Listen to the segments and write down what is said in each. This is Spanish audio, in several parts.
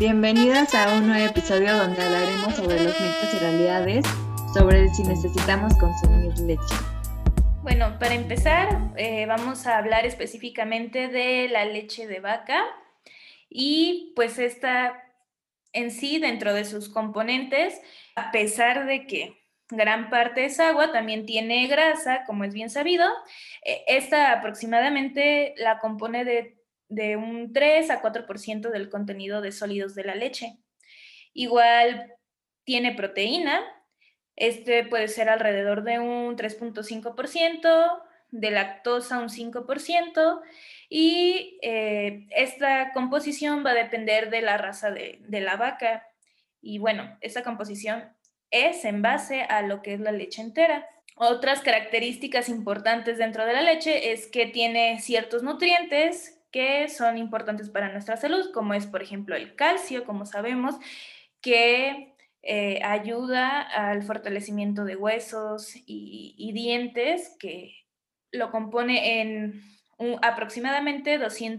Bienvenidas a un nuevo episodio donde hablaremos sobre los mitos y realidades sobre si necesitamos consumir leche. Bueno, para empezar, vamos a hablar específicamente de la leche de vaca y pues esta en sí, dentro de sus componentes, a pesar de que gran parte es agua, también tiene grasa, como es bien sabido. Esta aproximadamente la compone de un 3 a 4% del contenido de sólidos de la leche. Igual tiene proteína, este puede ser alrededor de un 3.5%, de lactosa un 5%, y esta composición va a depender de la raza de la vaca. Y bueno, esta composición es en base a lo que es la leche entera. Otras características importantes dentro de la leche es que tiene ciertos nutrientes que son importantes para nuestra salud, como es, por ejemplo, el calcio, como sabemos, que ayuda al fortalecimiento de huesos y dientes, que lo compone en aproximadamente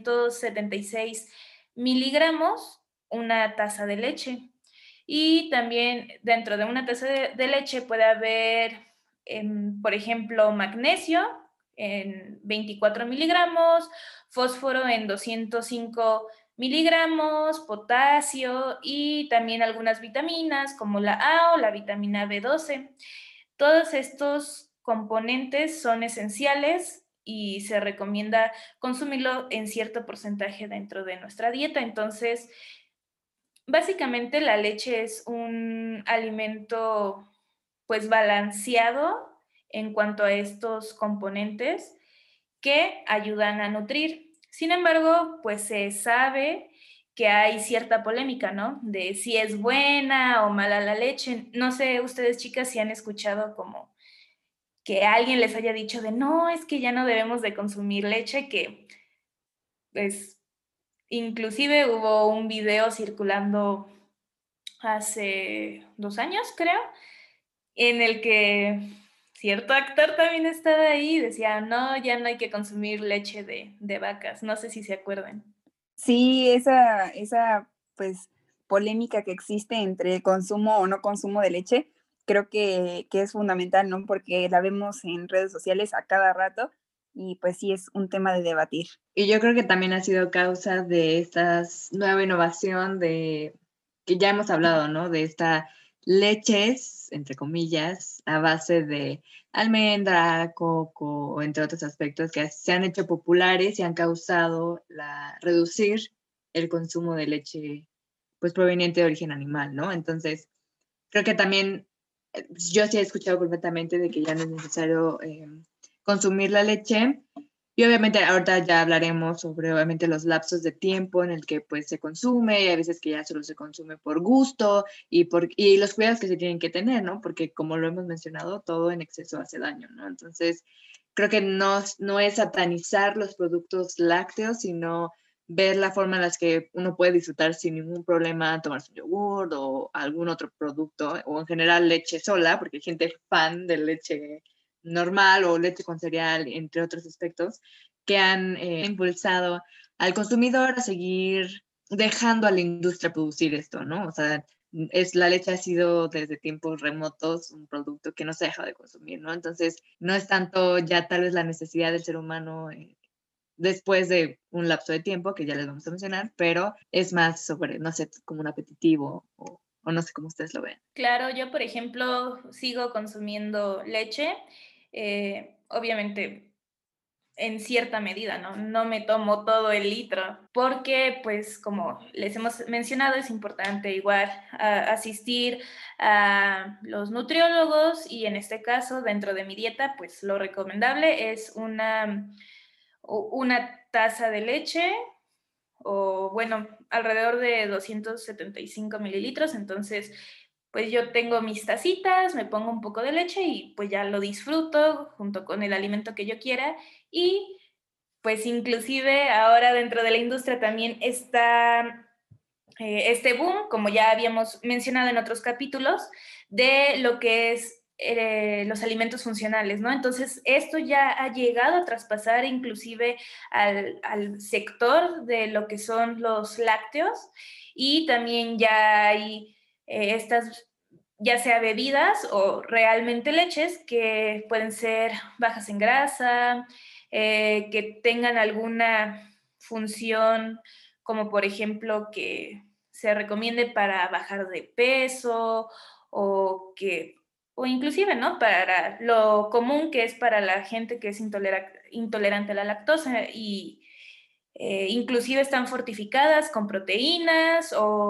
276 miligramos una taza de leche. Y también dentro de una taza de leche puede haber, por ejemplo, magnesio en 24 miligramos, fósforo en 205 miligramos, potasio y también algunas vitaminas como la A o la vitamina B12. Todos estos componentes son esenciales y se recomienda consumirlo en cierto porcentaje dentro de nuestra dieta. Entonces, básicamente la leche es un alimento pues balanceado en cuanto a estos componentes que ayudan a nutrir. Sin embargo, pues se sabe que hay cierta polémica, ¿no? De si es buena o mala la leche. No sé ustedes, chicas, si han escuchado como que alguien les haya dicho de no, es que ya no debemos de consumir leche, que pues inclusive hubo un video circulando hace 2 años, creo, en el que cierto actor también estaba ahí y decía, no, ya no hay que consumir leche de vacas. No sé si se acuerdan. Sí, esa, pues, polémica que existe entre consumo o no consumo de leche, creo que es fundamental, ¿no? Porque la vemos en redes sociales a cada rato y, pues, sí es un tema de debatir. Y yo creo que también ha sido causa de esta nueva innovación de que ya hemos hablado, ¿no? De esta leches, entre comillas, a base de almendra, coco, entre otros aspectos que se han hecho populares y han causado reducir el consumo de leche, pues proveniente de origen animal, ¿no? Entonces, creo que también yo sí he escuchado completamente de que ya no es necesario consumir la leche. Y obviamente ahorita ya hablaremos sobre obviamente los lapsos de tiempo en el que pues se consume y hay veces que ya solo se consume por gusto y los cuidados que se tienen que tener, ¿no? Porque como lo hemos mencionado, todo en exceso hace daño, ¿no? Entonces, creo que no es satanizar los productos lácteos, sino ver la forma en la que uno puede disfrutar sin ningún problema, tomarse un yogur o algún otro producto, o en general leche sola, porque hay gente fan de leche normal o leche con cereal, entre otros aspectos, que han impulsado al consumidor a seguir dejando a la industria producir esto, ¿no? O sea, la leche ha sido desde tiempos remotos un producto que no se deja de consumir, ¿no? Entonces, no es tanto ya tal vez la necesidad del ser humano después de un lapso de tiempo, que ya les vamos a mencionar, pero es más sobre, no sé, como un apetitivo o no sé cómo ustedes lo ven. Claro, yo, por ejemplo, sigo consumiendo leche, obviamente en cierta medida, ¿no? No me tomo todo el litro, porque, pues, como les hemos mencionado, es importante igual asistir a los nutriólogos y en este caso, dentro de mi dieta, pues lo recomendable es una taza de leche o, bueno, alrededor de 275 mililitros, entonces pues yo tengo mis tacitas, me pongo un poco de leche y pues ya lo disfruto junto con el alimento que yo quiera y pues inclusive ahora dentro de la industria también está este boom, como ya habíamos mencionado en otros capítulos, de lo que es los alimentos funcionales, ¿no? Entonces, esto ya ha llegado a traspasar inclusive al sector de lo que son los lácteos, y también ya hay estas, ya sea bebidas o realmente leches, que pueden ser bajas en grasa, que tengan alguna función, como por ejemplo que se recomiende para bajar de peso, o que, o inclusive, ¿no? Para lo común que es para la gente que es intolerante a la lactosa, y inclusive están fortificadas con proteínas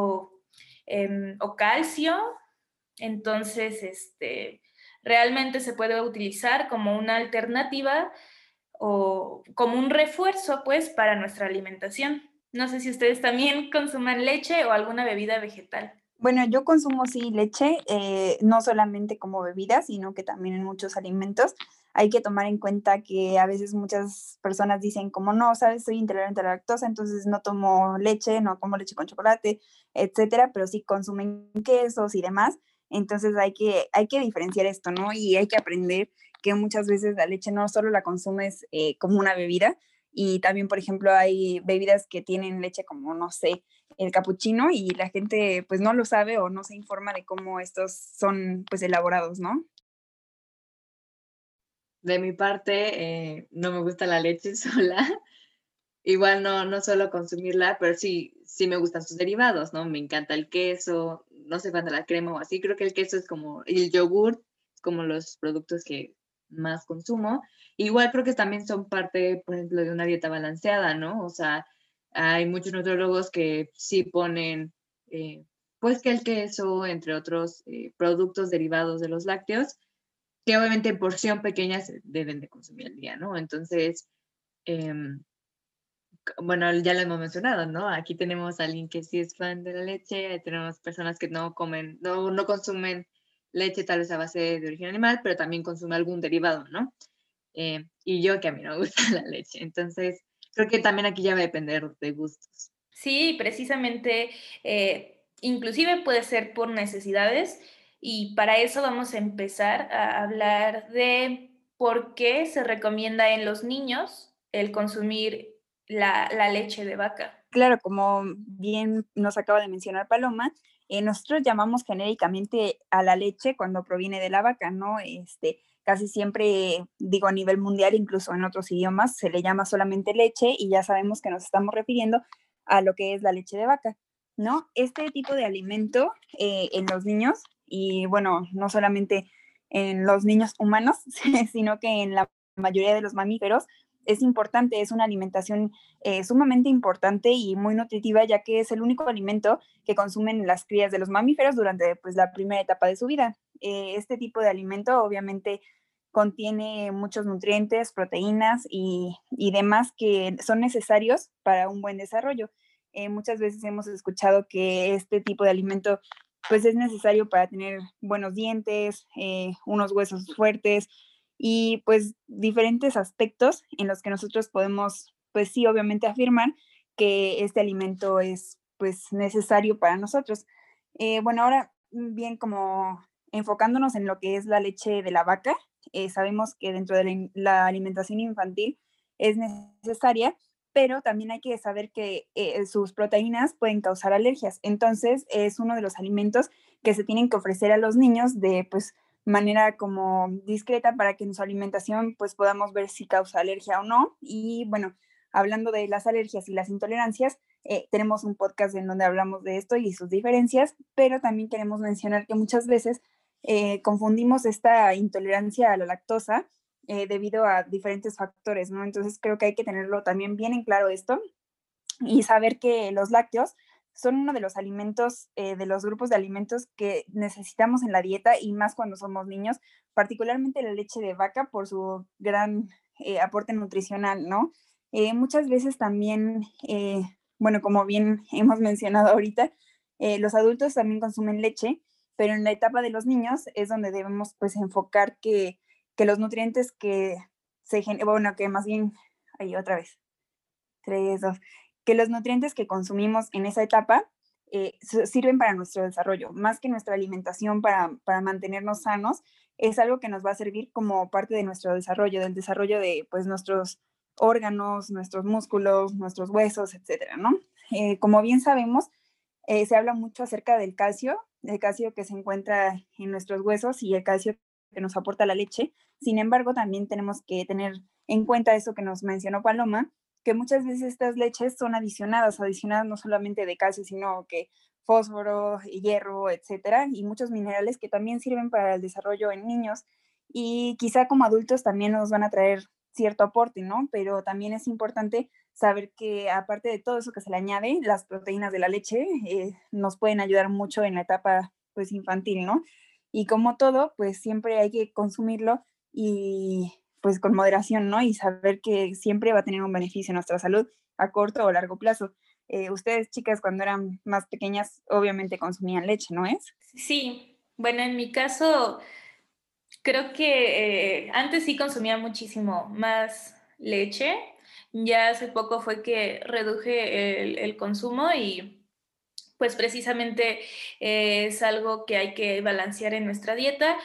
o calcio. Entonces, realmente se puede utilizar como una alternativa o como un refuerzo, pues, para nuestra alimentación. No sé si ustedes también consuman leche o alguna bebida vegetal. Bueno, yo consumo sí leche, no solamente como bebida, sino que también en muchos alimentos. Hay que tomar en cuenta que a veces muchas personas dicen como no, sabes, soy intolerante a la lactosa, entonces no tomo leche, no como leche con chocolate, etcétera, pero sí consumen quesos y demás. Entonces hay que diferenciar esto, ¿no? Y hay que aprender que muchas veces la leche no solo la consumes como una bebida, y también, por ejemplo, hay bebidas que tienen leche como, no sé, el capuchino, y la gente pues no lo sabe o no se informa de cómo estos son pues elaborados, ¿no? De mi parte, no me gusta la leche sola. Igual no suelo consumirla, pero sí me gustan sus derivados, ¿no? Me encanta el queso, no sé cuándo la crema o así. Creo que el queso es como, y el yogur, como los productos que más consumo. Igual creo que también son parte, por ejemplo, de una dieta balanceada, ¿no? O sea, hay muchos nutriólogos que sí ponen, pues que el queso, entre otros productos derivados de los lácteos, que obviamente en porción pequeña se deben de consumir al día, ¿no? Entonces, em, bueno, ya lo hemos mencionado, ¿no? Aquí tenemos a alguien que sí es fan de la leche, tenemos personas que no comen, no consumen leche tal vez a base de origen animal, pero también consume algún derivado, ¿no? Y yo que a mí no me gusta la leche. Entonces, creo que también aquí ya va a depender de gustos. Sí, precisamente, inclusive puede ser por necesidades, y para eso vamos a empezar a hablar de por qué se recomienda en los niños el consumir la leche de vaca. Claro, como bien nos acaba de mencionar Paloma, nosotros llamamos genéricamente a la leche cuando proviene de la vaca, ¿no? Casi siempre, digo a nivel mundial, incluso en otros idiomas, se le llama solamente leche, y ya sabemos que nos estamos refiriendo a lo que es la leche de vaca, ¿no? Este tipo de alimento en los niños, y bueno, no solamente en los niños humanos, sino que en la mayoría de los mamíferos, es importante, es una alimentación sumamente importante y muy nutritiva, ya que es el único alimento que consumen las crías de los mamíferos durante pues, la primera etapa de su vida. Este tipo de alimento obviamente contiene muchos nutrientes, proteínas y demás que son necesarios para un buen desarrollo. Muchas veces hemos escuchado que este tipo de alimento pues es necesario para tener buenos dientes, unos huesos fuertes, y pues diferentes aspectos en los que nosotros podemos, pues sí, obviamente afirmar que este alimento es pues necesario para nosotros. Bueno, ahora bien, como enfocándonos en lo que es la leche de la vaca, sabemos que dentro de la alimentación infantil es necesaria, pero también hay que saber que sus proteínas pueden causar alergias. Entonces, es uno de los alimentos que se tienen que ofrecer a los niños de pues manera como discreta, para que en su alimentación pues podamos ver si causa alergia o no. Y bueno, hablando de las alergias y las intolerancias, tenemos un podcast en donde hablamos de esto y sus diferencias, pero también queremos mencionar que muchas veces confundimos esta intolerancia a la lactosa debido a diferentes factores, ¿no? Entonces creo que hay que tenerlo también bien en claro esto, y saber que los lácteos son uno de los alimentos, de los grupos de alimentos que necesitamos en la dieta, y más cuando somos niños, particularmente la leche de vaca por su gran aporte nutricional, ¿no? Muchas veces también, bueno, como bien hemos mencionado ahorita, los adultos también consumen leche, pero en la etapa de los niños es donde debemos pues enfocar que los nutrientes que bueno, que más bien, ahí otra vez, 3, 2, que los nutrientes que consumimos en esa etapa sirven para nuestro desarrollo, más que nuestra alimentación para mantenernos sanos. es algo que nos va a servir como parte de nuestro desarrollo, del desarrollo de pues nuestros órganos, nuestros músculos, nuestros huesos, etcétera, ¿no? Como bien sabemos, se habla mucho acerca del calcio que se encuentra en nuestros huesos y el calcio que nos aporta la leche. Sin embargo, también tenemos que tener en cuenta eso que nos mencionó Paloma, que muchas veces estas leches son adicionadas no solamente de calcio, sino que fósforo, hierro, etcétera, y muchos minerales que también sirven para el desarrollo en niños y quizá como adultos también nos van a traer cierto aporte, ¿no? Pero también es importante saber que aparte de todo eso que se le añade, las proteínas de la leche nos pueden ayudar mucho en la etapa pues infantil, ¿no? Y como todo, pues siempre hay que consumirlo y pues con moderación, ¿no? Y saber que siempre va a tener un beneficio en nuestra salud a corto o largo plazo. Ustedes, chicas, cuando eran más pequeñas, obviamente consumían leche, ¿no es? Sí, bueno, en mi caso, creo que antes sí consumía muchísimo más leche. Ya hace poco fue que reduje el consumo y pues precisamente es algo que hay que balancear en nuestra dieta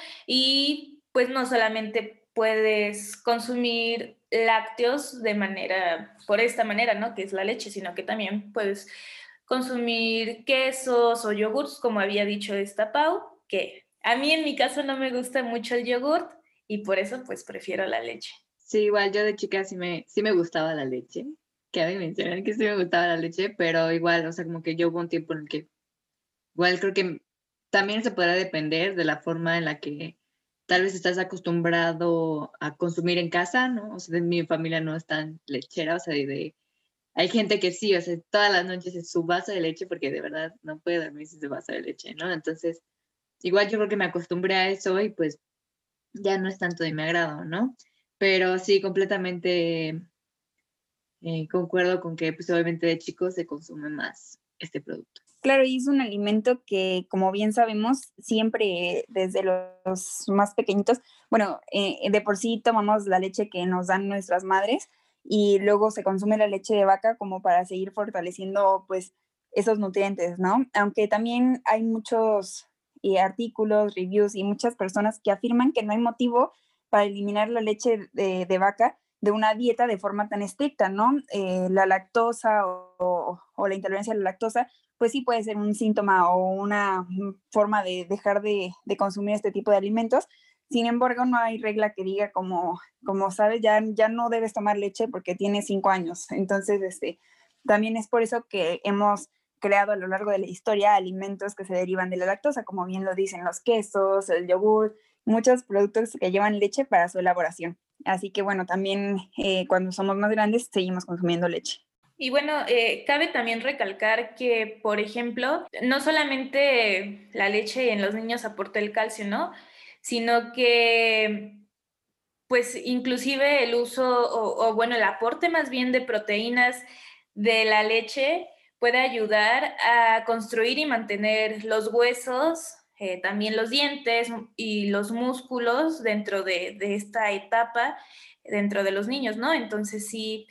y pues no solamente puedes consumir lácteos por esta manera, ¿no? Que es la leche, sino que también puedes consumir quesos o yogurts, como había dicho esta Pau, que a mí en mi caso no me gusta mucho el yogurt y por eso pues prefiero la leche. Sí, igual yo de chica sí me gustaba la leche. Cabe mencionar que sí me gustaba la leche, pero igual, o sea, como que yo hubo un tiempo en el que igual creo que también se podrá depender de la forma en la que tal vez estás acostumbrado a consumir en casa, ¿no? O sea, de mi familia no es tan lechera, o sea, hay gente que sí, o sea, todas las noches es su vaso de leche porque de verdad no puede dormir sin su vaso de leche, ¿no? Entonces, igual yo creo que me acostumbré a eso y pues ya no es tanto de mi agrado, ¿no? Pero sí, completamente concuerdo con que pues obviamente de chicos se consume más este producto. Claro, y es un alimento que, como bien sabemos, siempre desde los más pequeñitos, bueno, de por sí tomamos la leche que nos dan nuestras madres y luego se consume la leche de vaca como para seguir fortaleciendo pues esos nutrientes, ¿no? Aunque también hay muchos artículos, reviews y muchas personas que afirman que no hay motivo para eliminar la leche de vaca de una dieta de forma tan estricta, ¿no? La lactosa o la intolerancia a la lactosa pues sí puede ser un síntoma o una forma de dejar de consumir este tipo de alimentos. Sin embargo, no hay regla que diga como sabes, ya no debes tomar leche porque tienes 5 años. Entonces, también es por eso que hemos creado a lo largo de la historia alimentos que se derivan de la lactosa, como bien lo dicen los quesos, el yogur, muchos productos que llevan leche para su elaboración. Así que bueno, también cuando somos más grandes seguimos consumiendo leche. Y bueno, cabe también recalcar que, por ejemplo, no solamente la leche en los niños aporta el calcio, ¿no? Sino que, pues, inclusive el uso, o bueno, el aporte más bien de proteínas de la leche puede ayudar a construir y mantener los huesos, también los dientes y los músculos dentro de esta etapa, dentro de los niños, ¿no? Entonces sí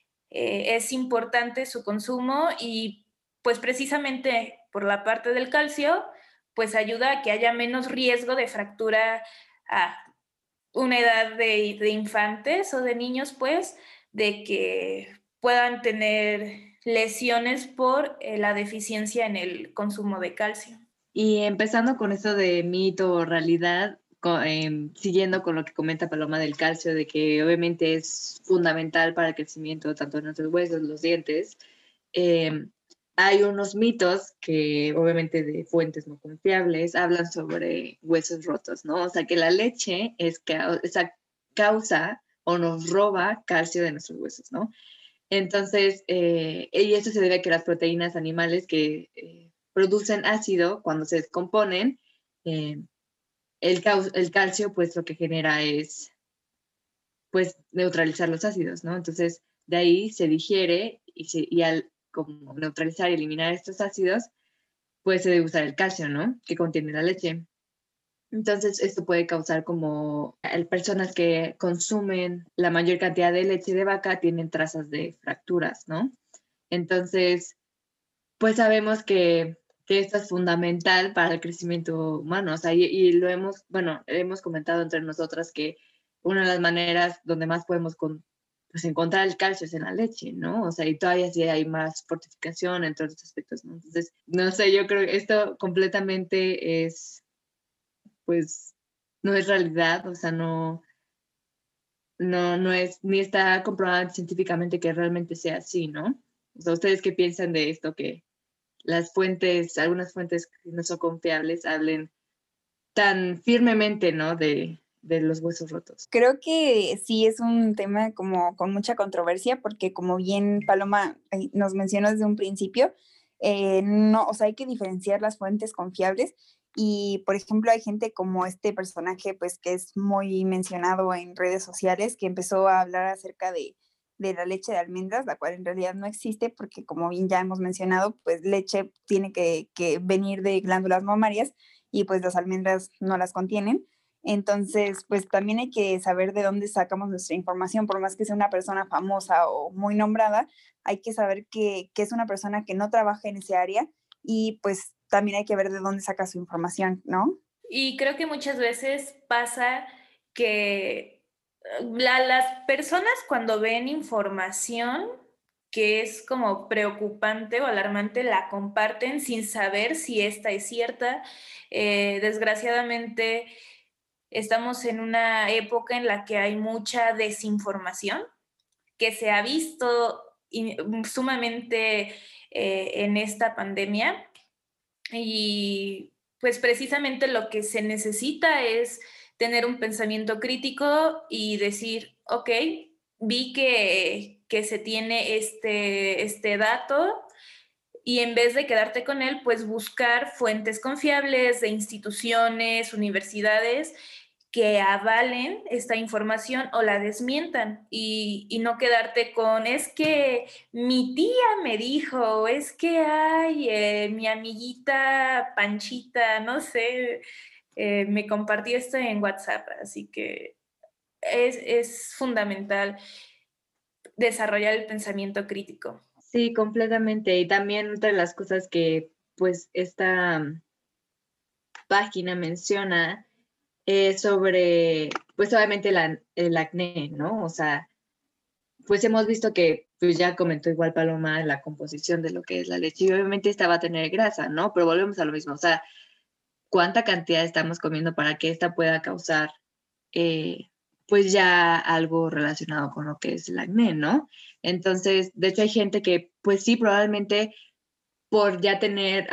es importante su consumo y pues precisamente por la parte del calcio, pues ayuda a que haya menos riesgo de fractura a una edad de infantes o de niños, pues, de que puedan tener lesiones por la deficiencia en el consumo de calcio. Y empezando con esto de mito o realidad, siguiendo con lo que comenta Paloma del calcio, de que obviamente es fundamental para el crecimiento tanto de nuestros huesos, los dientes, eh, hay unos mitos que obviamente de fuentes no confiables hablan sobre huesos rotos, ¿no? O sea, que la leche esa causa o nos roba calcio de nuestros huesos, ¿no? Entonces, y esto se debe a que las proteínas animales que producen ácido cuando se descomponen, eh, el calcio pues lo que genera es pues neutralizar los ácidos, ¿no? Entonces, de ahí se digiere y al como neutralizar y eliminar estos ácidos, pues se debe usar el calcio, ¿no? Que contiene la leche. Entonces, esto puede causar como personas que consumen la mayor cantidad de leche de vaca tienen trazas de fracturas, ¿no? Entonces, pues sabemos que que esto es fundamental para el crecimiento humano. O sea, y lo hemos comentado entre nosotras que una de las maneras donde más podemos pues encontrar el calcio es en la leche, ¿no? O sea, y todavía sí hay más fortificación entre otros aspectos, ¿no? Entonces, no sé, yo creo que esto completamente pues, no es realidad, o sea, no es, ni está comprobado científicamente que realmente sea así, ¿no? O sea, ¿ustedes qué piensan de esto? Que algunas fuentes que no son confiables, hablen tan firmemente, ¿no? De los huesos rotos. Creo que sí es un tema como con mucha controversia, porque como bien Paloma nos mencionó desde un principio, no, o sea, hay que diferenciar las fuentes confiables. Y, por ejemplo, hay gente como este personaje, pues, que es muy mencionado en redes sociales, que empezó a hablar acerca de la leche de almendras, la cual en realidad no existe, porque como bien ya hemos mencionado, pues leche tiene que venir de glándulas mamarias y pues las almendras no las contienen. Entonces, pues también hay que saber de dónde sacamos nuestra información, por más que sea una persona famosa o muy nombrada, hay que saber que es una persona que no trabaja en ese área y pues también hay que ver de dónde saca su información, ¿no? Y creo que muchas veces pasa que las personas cuando ven información que es como preocupante o alarmante, la comparten sin saber si esta es cierta. Desgraciadamente, estamos en una época en la que hay mucha desinformación que se ha visto sumamente en esta pandemia y pues precisamente lo que se necesita es tener un pensamiento crítico y decir, ok, vi que se tiene este dato y en vez de quedarte con él, pues buscar fuentes confiables de instituciones, universidades que avalen esta información o la desmientan y no quedarte con, es que mi tía me dijo, es que hay mi amiguita Panchita, no sé, me compartió esto en WhatsApp, así que es fundamental desarrollar el pensamiento crítico. Sí, completamente. Y también otra de las cosas que pues esta página menciona es sobre, pues obviamente el acné, ¿no? O sea, pues hemos visto que, pues ya comentó igual Paloma la composición de lo que es la leche y obviamente esta va a tener grasa, ¿no? Pero volvemos a lo mismo, o sea, ¿cuánta cantidad estamos comiendo para que esta pueda causar, pues ya algo relacionado con lo que es el acné, ¿no? Entonces, de hecho hay gente que, pues sí, probablemente por ya tener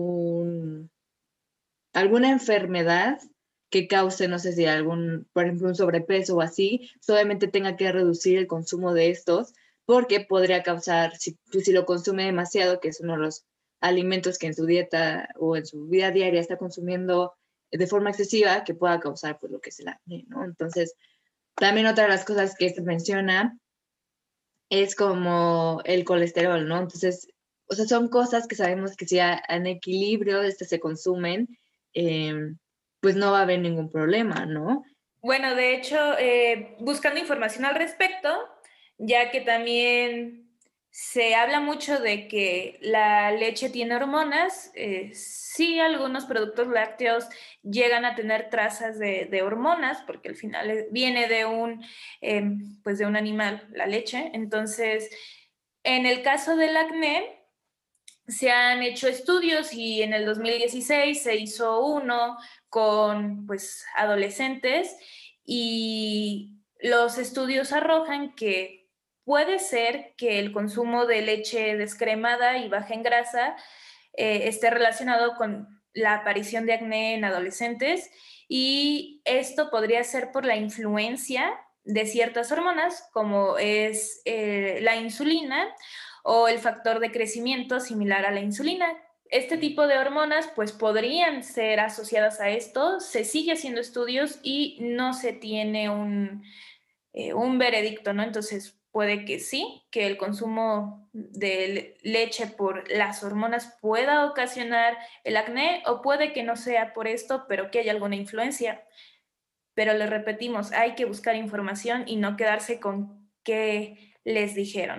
alguna enfermedad que cause, no sé si por ejemplo, un sobrepeso o así, solamente tenga que reducir el consumo de estos, porque podría causar, si lo consume demasiado, que es uno de los alimentos que en su dieta o en su vida diaria está consumiendo de forma excesiva, que pueda causar pues lo que es el acné, ¿no? Entonces, también otra de las cosas que se menciona es como el colesterol, ¿no? Entonces, o sea, son cosas que sabemos que si en equilibrio se consumen, eh, pues no va a haber ningún problema, ¿no? Bueno, de hecho, buscando información al respecto, ya que también se habla mucho de que la leche tiene hormonas, sí algunos productos lácteos llegan a tener trazas de hormonas, porque al final viene pues de un animal la leche. Entonces, en el caso del acné, se han hecho estudios y en el 2016 se hizo uno con pues adolescentes y los estudios arrojan que puede ser que el consumo de leche descremada y baja en grasa esté relacionado con la aparición de acné en adolescentes y esto podría ser por la influencia de ciertas hormonas como es la insulina o el factor de crecimiento similar a la insulina. Este tipo de hormonas pues podrían ser asociadas a esto, se sigue haciendo estudios y no se tiene un veredicto, ¿no? Entonces puede que sí, que el consumo de leche por las hormonas pueda ocasionar el acné o puede que no sea por esto, pero que haya alguna influencia. Pero le repetimos, hay que buscar información y no quedarse con qué les dijeron, ¿no?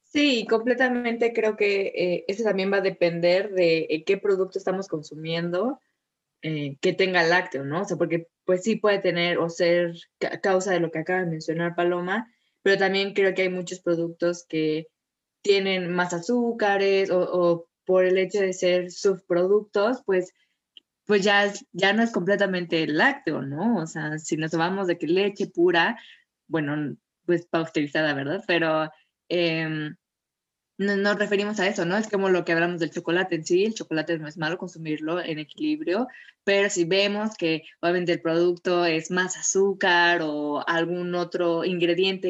Sí, completamente creo que eso también va a depender de qué producto estamos consumiendo, que tenga lácteo, ¿no? O sea, porque pues sí puede tener o ser causa de lo que acaba de mencionar Paloma, pero también creo que hay muchos productos que tienen más azúcares o por el hecho de ser subproductos, pues ya no es completamente lácteo, ¿no? O sea, si nos tomamos de que leche pura, bueno, pues pasteurizada, ¿verdad? Pero nos referimos a eso, ¿no? Es como lo que hablamos del chocolate en sí. El chocolate no es malo consumirlo en equilibrio, pero si vemos que obviamente el producto es más azúcar o algún otro ingrediente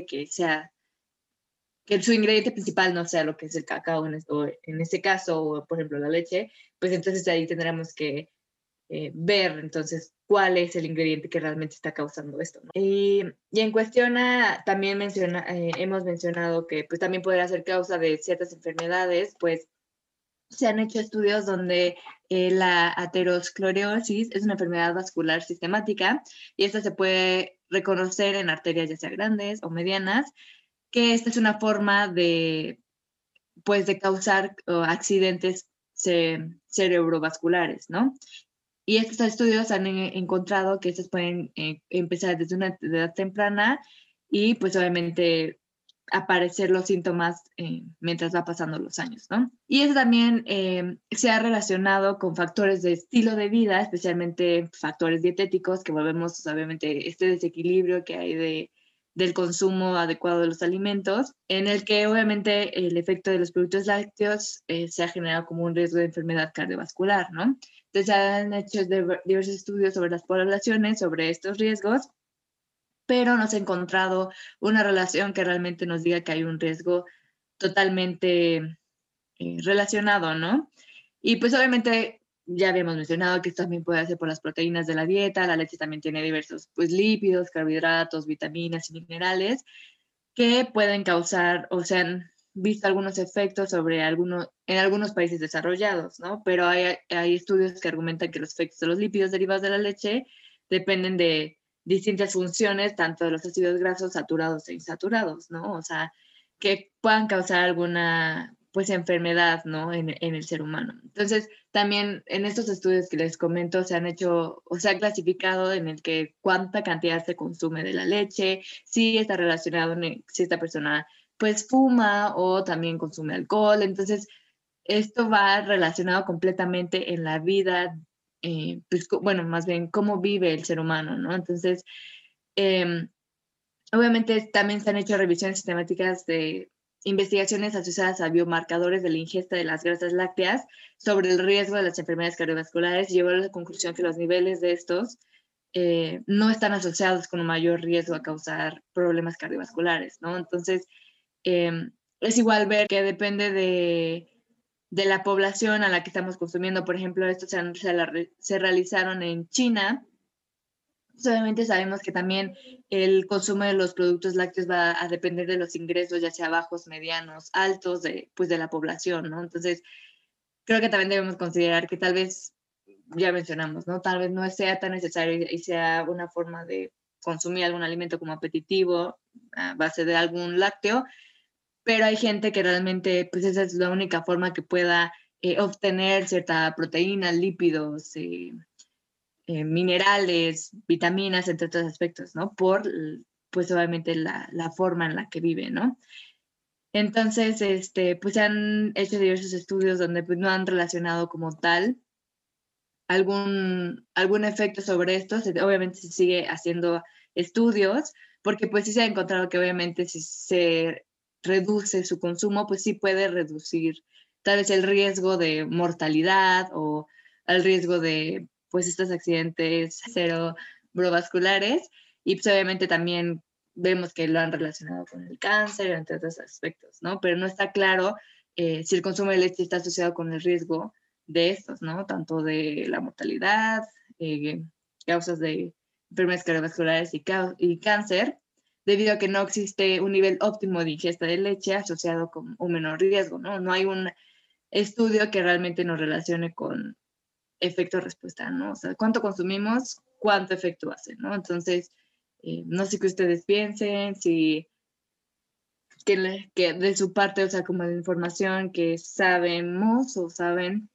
que su ingrediente principal no sea lo que es el cacao o en este caso, o por ejemplo la leche, pues entonces ahí tendremos que ver entonces cuál es el ingrediente que realmente está causando esto, ¿no? Y en cuestión también hemos mencionado que pues también podría ser causa de ciertas enfermedades, pues se han hecho estudios donde la aterosclerosis es una enfermedad vascular sistemática y esta se puede reconocer en arterias ya sea grandes o medianas, que esta es una forma pues, de causar accidentes cerebrovasculares, ¿no? Y estos estudios han encontrado que estos pueden empezar desde una edad temprana y pues obviamente aparecer los síntomas mientras va pasando los años, ¿no? Y eso también se ha relacionado con factores de estilo de vida, especialmente factores dietéticos, que volvemos obviamente este desequilibrio que hay del consumo adecuado de los alimentos, en el que obviamente el efecto de los productos lácteos se ha generado como un riesgo de enfermedad cardiovascular, ¿no? Entonces, se han hecho diversos estudios sobre las poblaciones, sobre estos riesgos, pero no se ha encontrado una relación que realmente nos diga que hay un riesgo totalmente relacionado, ¿no? Y pues obviamente ya habíamos mencionado que esto también puede ser por las proteínas de la dieta, la leche también tiene diversos pues lípidos, carbohidratos, vitaminas y minerales que pueden causar o se han visto algunos efectos en algunos países desarrollados, ¿no? Pero hay estudios que argumentan que los efectos de los lípidos derivados de la leche dependen de distintas funciones, tanto de los ácidos grasos saturados e insaturados, ¿no? O sea, que puedan causar alguna pues enfermedad, ¿no? En el ser humano. Entonces, también en estos estudios que les comento se han hecho o se ha clasificado en el que cuánta cantidad se consume de la leche, si está relacionado si esta persona pues fuma o también consume alcohol. Entonces, esto va relacionado completamente en la vida, pues, bueno, más bien cómo vive el ser humano, ¿no? Entonces, eh, obviamente también se han hecho revisiones sistemáticas de investigaciones asociadas a biomarcadores de la ingesta de las grasas lácteas sobre el riesgo de las enfermedades cardiovasculares y llegó a la conclusión que los niveles de estos no están asociados con un mayor riesgo a causar problemas cardiovasculares, ¿no? Entonces, eh, es igual ver que depende de la población a la que estamos consumiendo. Por ejemplo, estos se realizaron en China. Obviamente sabemos que también el consumo de los productos lácteos va a depender de los ingresos, ya sea bajos, medianos, altos pues de la población, ¿no? Entonces, creo que también debemos considerar que tal vez, ya mencionamos, ¿no? Tal vez no sea tan necesario y sea una forma de consumir algún alimento como apetitivo a base de algún lácteo, pero hay gente que realmente, pues esa es la única forma que pueda obtener cierta proteína, lípidos, minerales, vitaminas, entre otros aspectos, ¿no? Pues obviamente la forma en la que vive, ¿no? Entonces, pues se han hecho diversos estudios donde pues no han relacionado como tal algún efecto sobre esto. Obviamente se sigue haciendo estudios porque pues sí se ha encontrado que obviamente si se reduce su consumo, pues sí puede reducir tal vez el riesgo de mortalidad o el riesgo de pues estos accidentes cerebrovasculares y pues obviamente también vemos que lo han relacionado con el cáncer, entre otros aspectos, ¿no? Pero no está claro si el consumo de leche está asociado con el riesgo de estos, ¿no? Tanto de la mortalidad, causas de enfermedades cardiovasculares y cáncer, debido a que no existe un nivel óptimo de ingesta de leche asociado con un menor riesgo, ¿no? No hay un estudio que realmente nos relacione con efecto-respuesta, ¿no? O sea, cuánto consumimos, cuánto efecto hace, ¿no? Entonces, no sé qué ustedes piensen, si que de su parte, o sea, como de información que sabemos o saben,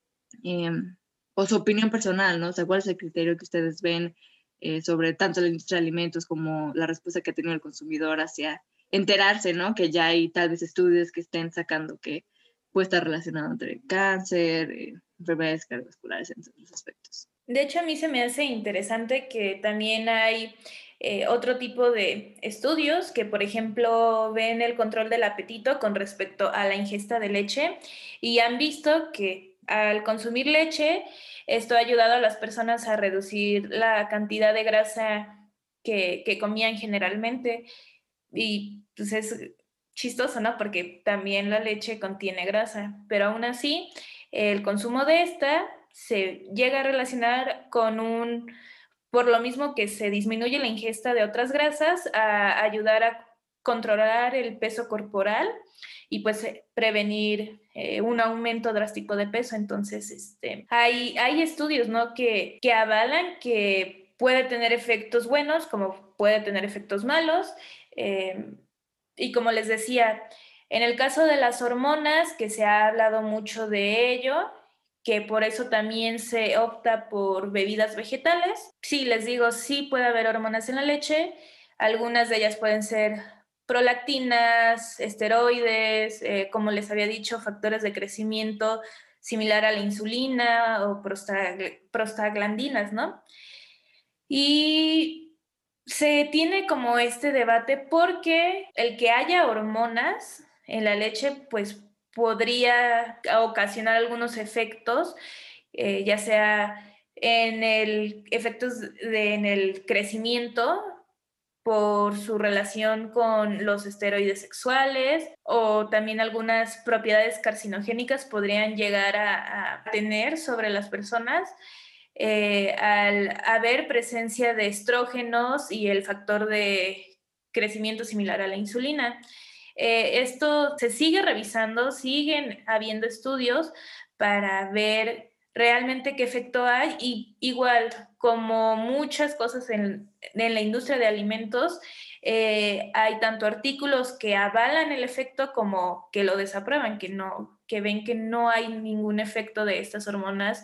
o su opinión personal, ¿no? O sea, ¿cuál es el criterio que ustedes ven sobre tanto la industria de alimentos como la respuesta que ha tenido el consumidor hacia enterarse, ¿no? Que ya hay tal vez estudios que estén sacando que puede estar relacionado entre cáncer, enfermedades cardiovasculares, entre otros aspectos. De hecho, a mí se me hace interesante que también hay otro tipo de estudios que, por ejemplo, ven el control del apetito con respecto a la ingesta de leche y han visto que al consumir leche, esto ha ayudado a las personas a reducir la cantidad de grasa que comían generalmente. Y pues es chistoso, ¿no? Porque también la leche contiene grasa, pero aún así el consumo de esta se llega a relacionar con por lo mismo que se disminuye la ingesta de otras grasas, a ayudar a controlar el peso corporal y pues prevenir un aumento drástico de peso. Entonces, hay estudios, ¿no? que avalan que puede tener efectos buenos como puede tener efectos malos. Y como les decía, en el caso de las hormonas, que se ha hablado mucho de ello, que por eso también se opta por bebidas vegetales. Sí, les digo, sí puede haber hormonas en la leche. Algunas de ellas pueden ser prolactinas, esteroides, como les había dicho, factores de crecimiento similar a la insulina o prostaglandinas, ¿no? Y se tiene como este debate porque el que haya hormonas en la leche, pues podría ocasionar algunos efectos, ya sea en en el crecimiento por su relación con los esteroides sexuales, o también algunas propiedades carcinogénicas podrían llegar a tener sobre las personas al haber presencia de estrógenos y el factor de crecimiento similar a la insulina. Esto se sigue revisando, siguen habiendo estudios para ver realmente qué efecto hay, y igual como muchas cosas en la industria de alimentos, hay tanto artículos que avalan el efecto como que lo desaprueban, que ven que no hay ningún efecto de estas hormonas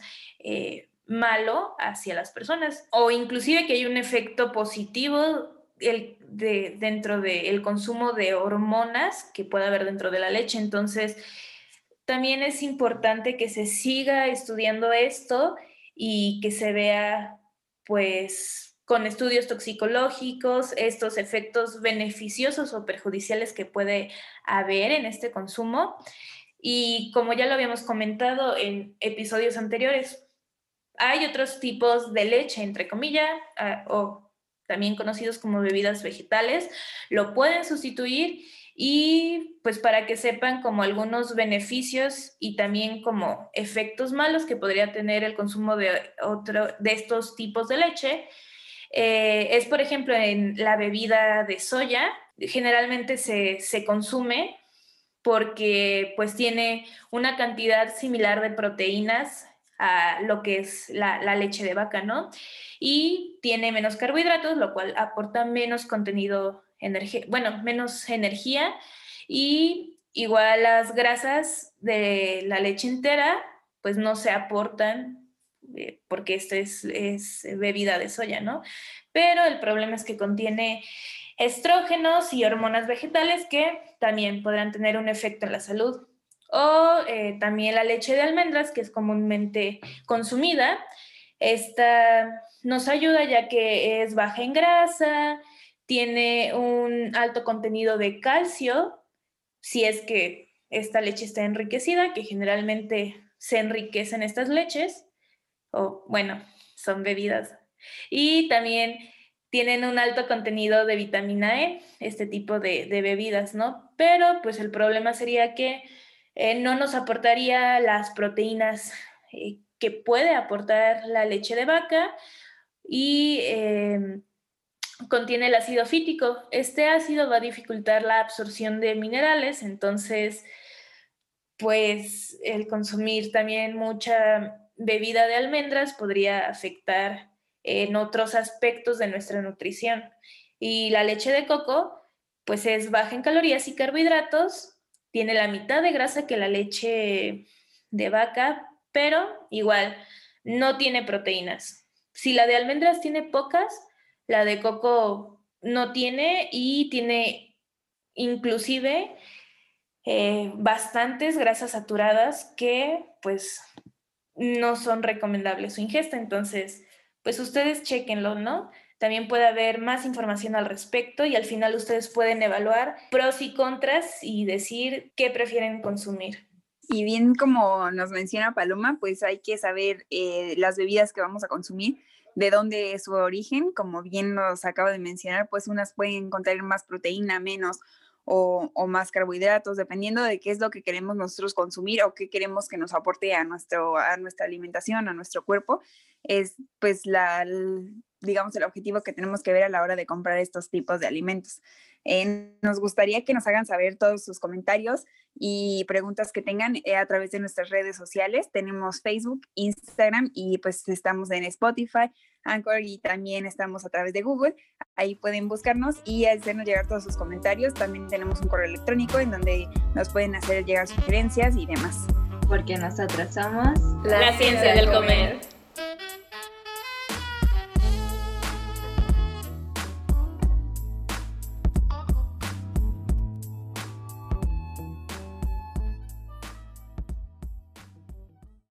malo hacia las personas, o inclusive que hay un efecto positivo dentro del consumo de hormonas que puede haber dentro de la leche. Entonces, también es importante que se siga estudiando esto y que se vea, pues, con estudios toxicológicos, estos efectos beneficiosos o perjudiciales que puede haber en este consumo. Y como ya lo habíamos comentado en episodios anteriores, hay otros tipos de leche, entre comillas, o también conocidos como bebidas vegetales, lo pueden sustituir, y pues para que sepan como algunos beneficios y también como efectos malos que podría tener el consumo de estos tipos de leche, es por ejemplo en la bebida de soya. Generalmente se consume porque pues tiene una cantidad similar de proteínas a lo que es la leche de vaca, ¿no? Y tiene menos carbohidratos, lo cual aporta menos contenido, menos energía, y igual las grasas de la leche entera, pues no se aportan porque es bebida de soya, ¿no? Pero el problema es que contiene estrógenos y hormonas vegetales que también podrán tener un efecto en la salud. O también la leche de almendras, que es comúnmente consumida. Esta nos ayuda ya que es baja en grasa, tiene un alto contenido de calcio, si es que esta leche está enriquecida, que generalmente se enriquecen estas leches, o bueno, son bebidas. Y también tienen un alto contenido de vitamina E, este tipo de bebidas, ¿no? Pero pues el problema sería que no nos aportaría las proteínas que puede aportar la leche de vaca, y contiene el ácido fítico. Este ácido va a dificultar la absorción de minerales, entonces pues el consumir también mucha bebida de almendras podría afectar en otros aspectos de nuestra nutrición. Y la leche de coco pues es baja en calorías y carbohidratos, tiene la mitad de grasa que la leche de vaca, pero igual no tiene proteínas. Si la de almendras tiene pocas, la de coco no tiene, y tiene inclusive bastantes grasas saturadas que pues no son recomendables su ingesta. Entonces, pues ustedes chéquenlo, ¿no? También puede haber más información al respecto y al final ustedes pueden evaluar pros y contras y decir qué prefieren consumir. Y bien, como nos menciona Paloma, pues hay que saber las bebidas que vamos a consumir, de dónde es su origen. Como bien nos acaba de mencionar, pues unas pueden contener más proteína, menos, o más carbohidratos, dependiendo de qué es lo que queremos nosotros consumir o qué queremos que nos aporte a nuestra alimentación, a nuestro cuerpo. Es pues digamos, el objetivo que tenemos que ver a la hora de comprar estos tipos de alimentos. Nos gustaría que nos hagan saber todos sus comentarios y preguntas que tengan a través de nuestras redes sociales. Tenemos Facebook, Instagram, y pues estamos en Spotify, Anchor, y también estamos a través de Google. Ahí pueden buscarnos y hacernos llegar todos sus comentarios. También tenemos un correo electrónico en donde nos pueden hacer llegar sugerencias y demás. Porque nosotras somos la ciencia del comer.